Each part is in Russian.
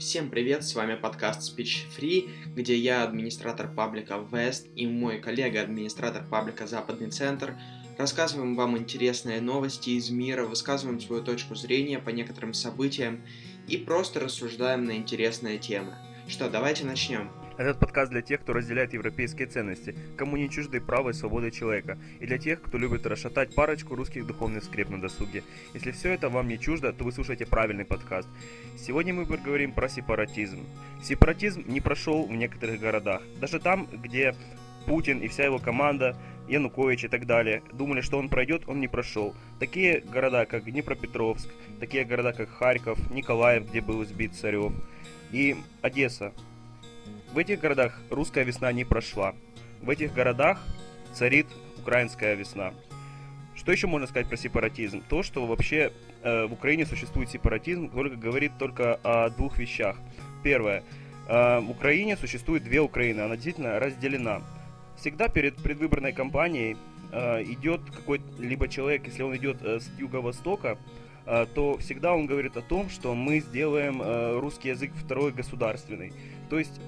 Всем привет, с вами подкаст Speech Free, где я, администратор паблика West, и мой коллега, администратор паблика Западный Центр, рассказываем вам интересные новости из мира, высказываем свою точку зрения по некоторым событиям и просто рассуждаем на интересные темы. Что, давайте начнем. Этот подкаст для тех, кто разделяет европейские ценности, кому не чужды права и свободы человека, и для тех, кто любит расшатать парочку русских духовных скреп на досуге. Если все это вам не чуждо, то вы слушаете правильный подкаст. Сегодня мы поговорим про сепаратизм. Сепаратизм не прошел в некоторых городах. Даже там, где Путин и вся его команда, Янукович и так далее, думали, что он пройдет, он не прошел. Такие города, как Днепропетровск, такие города, как Харьков, Николаев, где был сбит Царев, и Одесса. В этих городах русская весна не прошла. В этих городах царит украинская весна. Что еще можно сказать про сепаратизм? То, что вообще в Украине существует сепаратизм, говорит только о двух вещах. Первое. В Украине существует две Украины, она действительно разделена. Всегда перед предвыборной кампанией идет какой-либо человек, если он идет с юго-востока, то всегда он говорит о том, что мы сделаем русский язык второй государственный. То есть,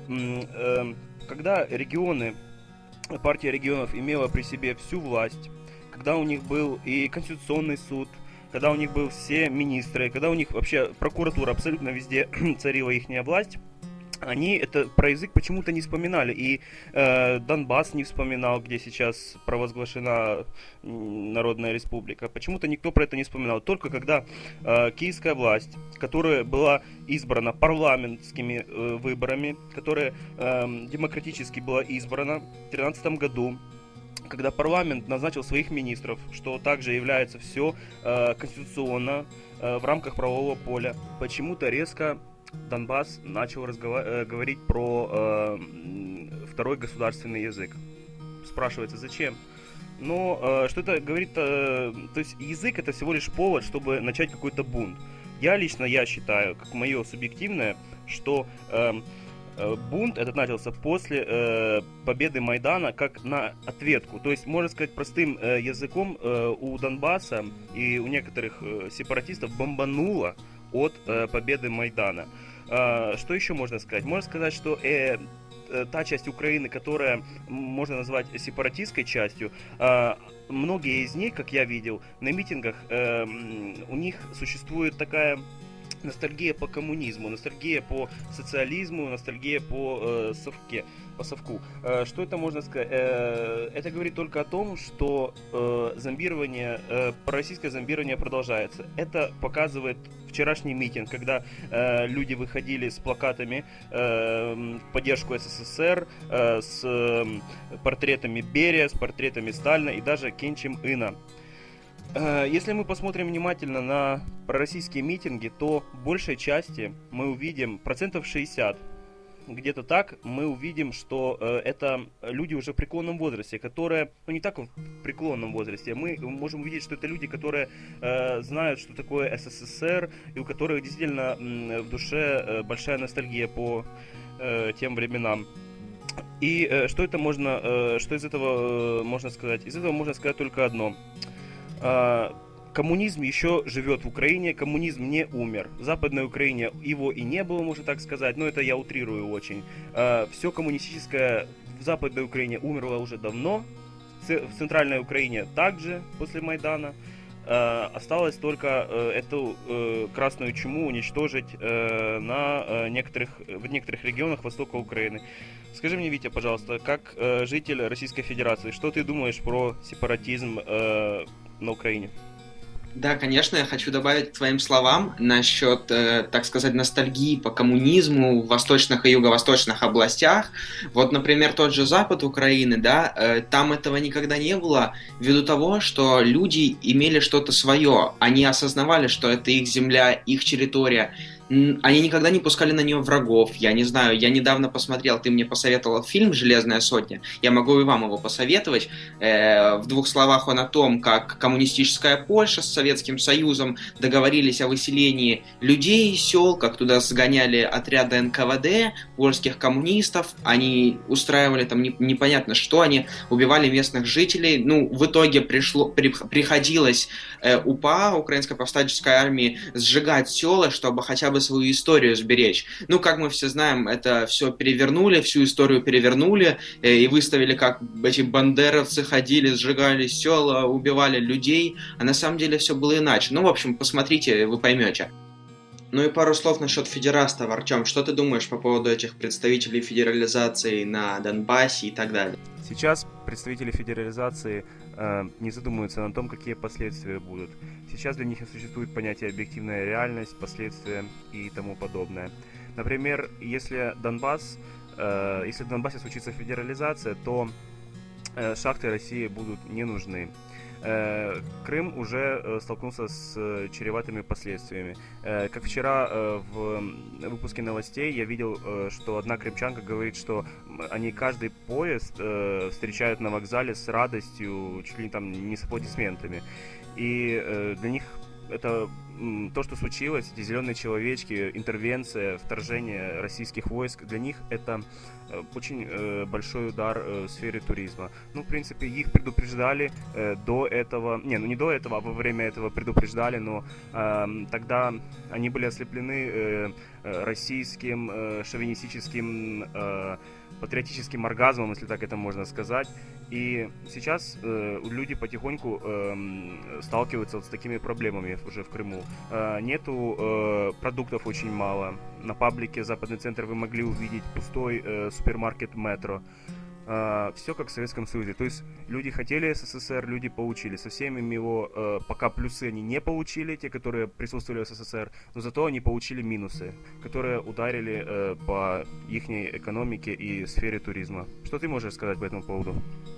когда партия регионов имела при себе всю власть, когда у них был и Конституционный суд, когда у них были все министры, когда у них вообще прокуратура абсолютно везде царила ихняя власть, они это про язык почему-то не вспоминали. И Донбасс не вспоминал, где сейчас провозглашена Народная Республика. Почему-то никто про это не вспоминал. Только когда киевская власть, которая была избрана парламентскими выборами, которая демократически была избрана в 2013 году, когда парламент назначил своих министров, что также является все конституционно в рамках правового поля, почему-то резко Донбасс начал говорить про второй государственный язык. Спрашивается, зачем? Но что это говорит? То есть язык это всего лишь повод, чтобы начать какой-то бунт. Я считаю, как мое субъективное, что бунт этот начался после победы Майдана как на ответку. То есть, можно сказать простым языком, у Донбасса и у некоторых сепаратистов бомбануло от победы Майдана. Что еще можно сказать? Можно сказать, что та часть Украины, которая можно назвать сепаратистской частью, многие из них, как я видел, на митингах, у них существует такая ностальгия по коммунизму, ностальгия по социализму, ностальгия по совку. Что это можно сказать? Это говорит только о том, что зомбирование, пророссийское зомбирование продолжается. Это показывает вчерашний митинг, когда люди выходили с плакатами в поддержку СССР, с портретами Берия, с портретами Сталина и даже Ким Чен Ына. Если мы посмотрим внимательно на пророссийские митинги, то в большей части мы увидим 60%, где-то так, мы увидим, что это люди уже в преклонном возрасте, которые, не так в преклонном возрасте, мы можем увидеть, что это люди, которые знают, что такое СССР, и у которых действительно в душе большая ностальгия по тем временам. И что из этого можно сказать? Из этого можно сказать только одно. Коммунизм еще живет в Украине, коммунизм не умер. В Западной Украине его и не было, можно так сказать, но это я утрирую очень. Все коммунистическое в Западной Украине умерло уже давно, в Центральной Украине также после Майдана. Осталось только эту красную чуму уничтожить в некоторых регионах востока Украины. Скажи мне, Витя, пожалуйста, как житель Российской Федерации, что ты думаешь про сепаратизм на Украине? Да, конечно, я хочу добавить к твоим словам насчет, так сказать, ностальгии по коммунизму в восточных и юго-восточных областях. Вот, например, тот же запад Украины, да, там этого никогда не было, ввиду того, что люди имели что-то свое, они осознавали, что это их земля, их территория. Они никогда не пускали на нее врагов. Я не знаю, я недавно посмотрел, ты мне посоветовал фильм «Железная сотня». Я могу и вам его посоветовать. В двух словах он о том, как коммунистическая Польша с Советским Союзом договорились о выселении людей из сел, как туда сгоняли отряды НКВД, польских коммунистов. Они устраивали там непонятно что, они убивали местных жителей. В итоге приходилось УПА, Украинской повстанческой армии, сжигать села, чтобы хотя бы бы свою историю сберечь. Ну, как мы все знаем, это все перевернули, всю историю перевернули и выставили, как эти бандеровцы ходили, сжигали села, убивали людей, а на самом деле все было иначе. Ну, в общем, посмотрите, вы поймете. Ну и пару слов насчет федерастов. Артем, что ты думаешь по поводу этих представителей федерализации на Донбассе и так далее? Сейчас представители федерализации не задумываются о том, какие последствия будут. Сейчас для них не существует понятия объективная реальность, последствия и тому подобное. Например, если в Донбассе случится федерализация, то шахты России будут не нужны. Крым уже столкнулся с чреватыми последствиями. Как вчера в выпуске новостей я видел, что одна крымчанка говорит, что они каждый поезд встречают на вокзале с радостью, чуть ли не там не с аплодисментами. И для них это то, что случилось, эти зеленые человечки, интервенция, вторжение российских войск, для них это очень большой удар в сфере туризма. Ну, в принципе, их предупреждали до этого, не до этого, а во время этого предупреждали, но тогда они были ослеплены российским шовинистическим патриотическим оргазмом, если так это можно сказать. И сейчас люди потихоньку сталкиваются вот с такими проблемами уже в Крыму. Нету продуктов очень мало. На паблике «Западный центр» вы могли увидеть пустой супермаркет «Метро». Все как в Советском Союзе. То есть люди хотели СССР, люди получили. Со всеми его пока плюсы они не получили, те, которые присутствовали в СССР, но зато они получили минусы, которые ударили по их экономике и сфере туризма. Что ты можешь сказать по этому поводу?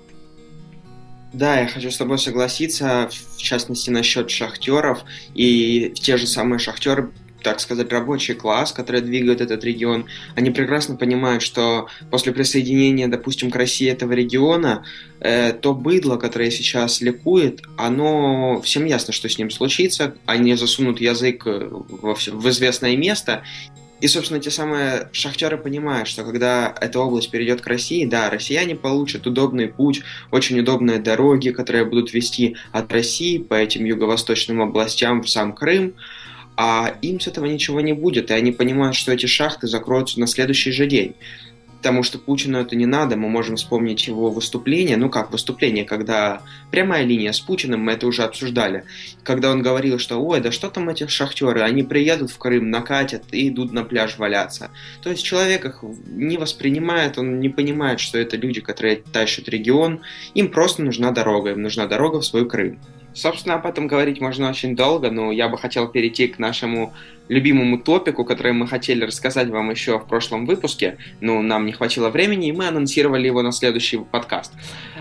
Да, я хочу с тобой согласиться, в частности, насчет шахтеров. И те же самые шахтеры, так сказать, рабочий класс, который двигает этот регион, они прекрасно понимают, что после присоединения, допустим, к России этого региона, то быдло, которое сейчас ликует, оно всем ясно, что с ним случится, они засунут язык в известное место. И, собственно, те самые шахтеры понимают, что когда эта область перейдет к России, да, россияне получат удобный путь, очень удобные дороги, которые будут вести от России по этим юго-восточным областям в сам Крым, а им с этого ничего не будет, и они понимают, что эти шахты закроются на следующий же день. Потому что Путину это не надо, мы можем вспомнить его выступление, выступление, когда прямая линия с Путиным, мы это уже обсуждали, когда он говорил, что ой, да что там эти шахтеры, они приедут в Крым, накатят и идут на пляж валяться. То есть человек их не воспринимает, он не понимает, что это люди, которые тащат регион, им просто нужна дорога, им нужна дорога в свой Крым. Собственно, об этом говорить можно очень долго, но я бы хотел перейти к нашему любимому топику, который мы хотели рассказать вам еще в прошлом выпуске, но нам не хватило времени, и мы анонсировали его на следующий подкаст.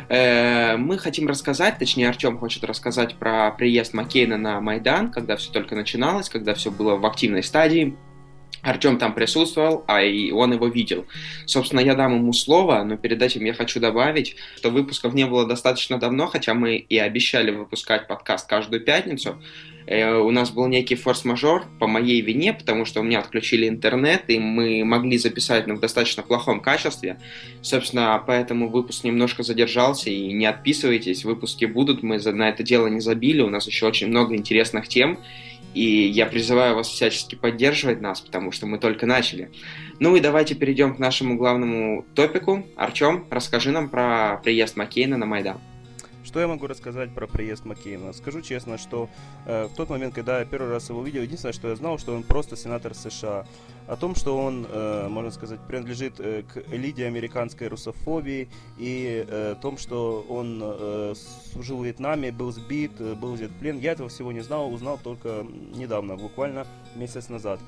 Мы хотим рассказать, точнее Артем хочет рассказать про приезд Маккейна на Майдан, когда все только начиналось, когда все было в активной стадии. Артем там присутствовал, и он его видел. Собственно, я дам ему слово, но перед этим я хочу добавить, что выпусков не было достаточно давно, хотя мы и обещали выпускать подкаст каждую пятницу. У нас был некий форс-мажор по моей вине, потому что у меня отключили интернет, и мы могли записать в достаточно плохом качестве. Собственно, поэтому выпуск немножко задержался, и не отписывайтесь, выпуски будут, мы на это дело не забили, у нас еще очень много интересных тем. И я призываю вас всячески поддерживать нас, потому что мы только начали. Ну и давайте перейдем к нашему главному топику. Артем, расскажи нам про приезд Маккейна на Майдан. Что я могу рассказать про приезд Маккейна? Скажу честно, что в тот момент, когда я первый раз его увидел, единственное, что я знал, что он просто сенатор США. О том, что он, можно сказать, принадлежит к элите американской русофобии, и о том, что он служил в Вьетнаме, был сбит, был взят в плен. Я этого всего не знал, узнал только недавно, буквально месяц назад.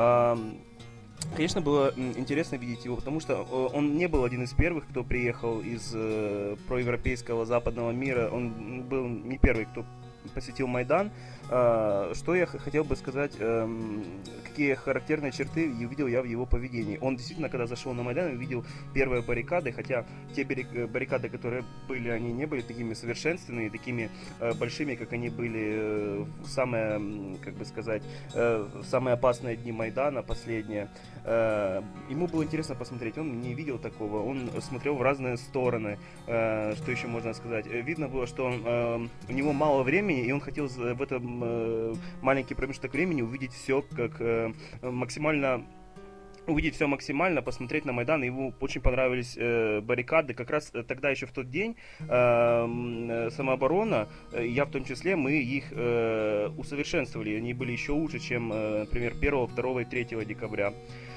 Конечно, было интересно видеть его, потому что он не был один из первых, кто приехал из проевропейского западного мира. Он был не первый, кто посетил Майдан. Что я хотел бы сказать, какие характерные черты увидел я в его поведении. Он действительно, когда зашел на Майдан, увидел первые баррикады, хотя те баррикады, которые были, они не были такими совершенственными, такими большими, как они были в самые, как бы сказать, в самые опасные дни Майдана, последние. Ему было интересно посмотреть, он не видел такого, он смотрел в разные стороны, что еще можно сказать. Видно было, что у него мало времени, времени, и он хотел в этом маленький промежуток времени увидеть все как максимально увидеть все максимально, посмотреть на Майдан. Ему очень понравились баррикады. Как раз тогда еще в тот день самооборона, я в том числе, мы их усовершенствовали. Они были еще лучше, чем, например, 1, 2 и 3 декабря.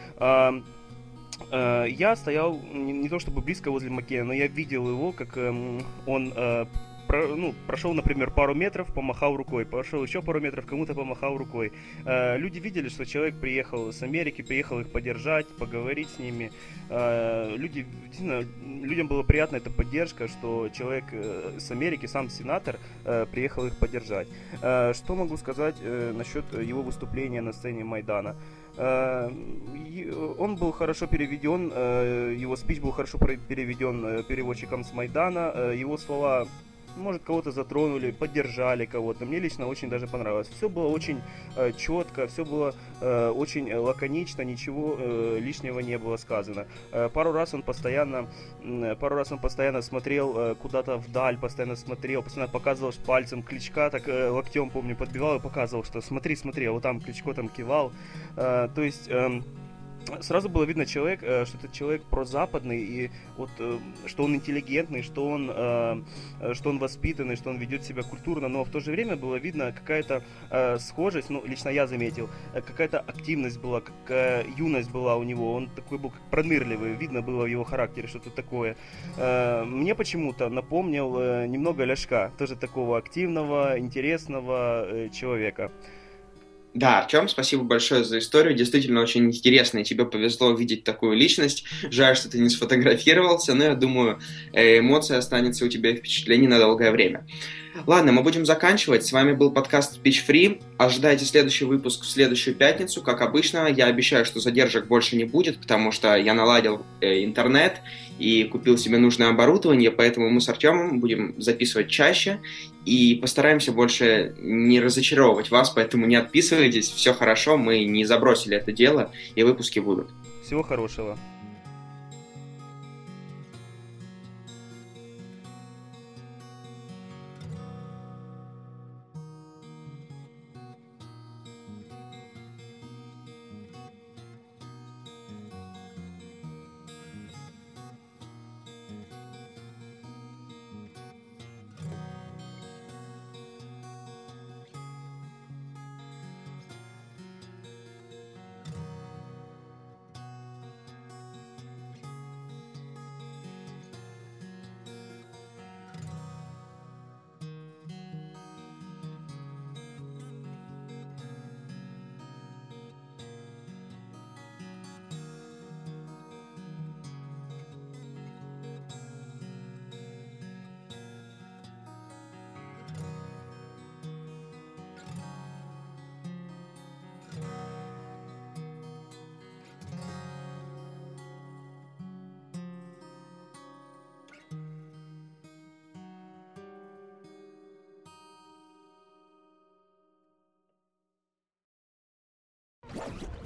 Я стоял не то чтобы близко возле Маккейна, но я видел его, как он прошел, например, пару метров, помахал рукой, прошел еще пару метров, кому-то помахал рукой. Люди видели, что человек приехал с Америки, приехал их поддержать, поговорить с ними. Людям было приятна эта поддержка, что человек с Америки, сам сенатор, приехал их поддержать. Что могу сказать насчет его выступления на сцене Майдана? Он был хорошо переведен, его спич был хорошо переведен переводчиком с Майдана, его слова, может, кого-то затронули, поддержали кого-то. Мне лично очень даже понравилось. Все было очень четко, все было очень лаконично, ничего лишнего не было сказано. Пару раз он постоянно смотрел куда-то вдаль, постоянно показывал пальцем Кличка, так локтем, помню, подбивал и показывал, что смотри, а вот там Кличко там кивал. То есть сразу было видно что это человек прозападный, и вот что он интеллигентный, что он воспитанный, что он ведет себя культурно, но в то же время было видно какая-то схожесть, лично я заметил, какая-то активность была, какая юность была у него, он такой был как пронырливый, видно было в его характере что-то такое. Мне почему-то напомнил немного Ляшка, тоже такого активного, интересного человека. Да, Артем, спасибо большое за историю. Действительно очень интересно, и тебе повезло увидеть такую личность. Жаль, что ты не сфотографировался, но я думаю, эмоция останется у тебя и впечатление на долгое время. Ладно, мы будем заканчивать. С вами был подкаст Speech Free. Ожидайте следующий выпуск в следующую пятницу. Как обычно, я обещаю, что задержек больше не будет, потому что я наладил интернет и купил себе нужное оборудование, поэтому мы с Артемом будем записывать чаще и постараемся больше не разочаровывать вас, поэтому не отписывайтесь, все хорошо, мы не забросили это дело, и выпуски будут. Всего хорошего. You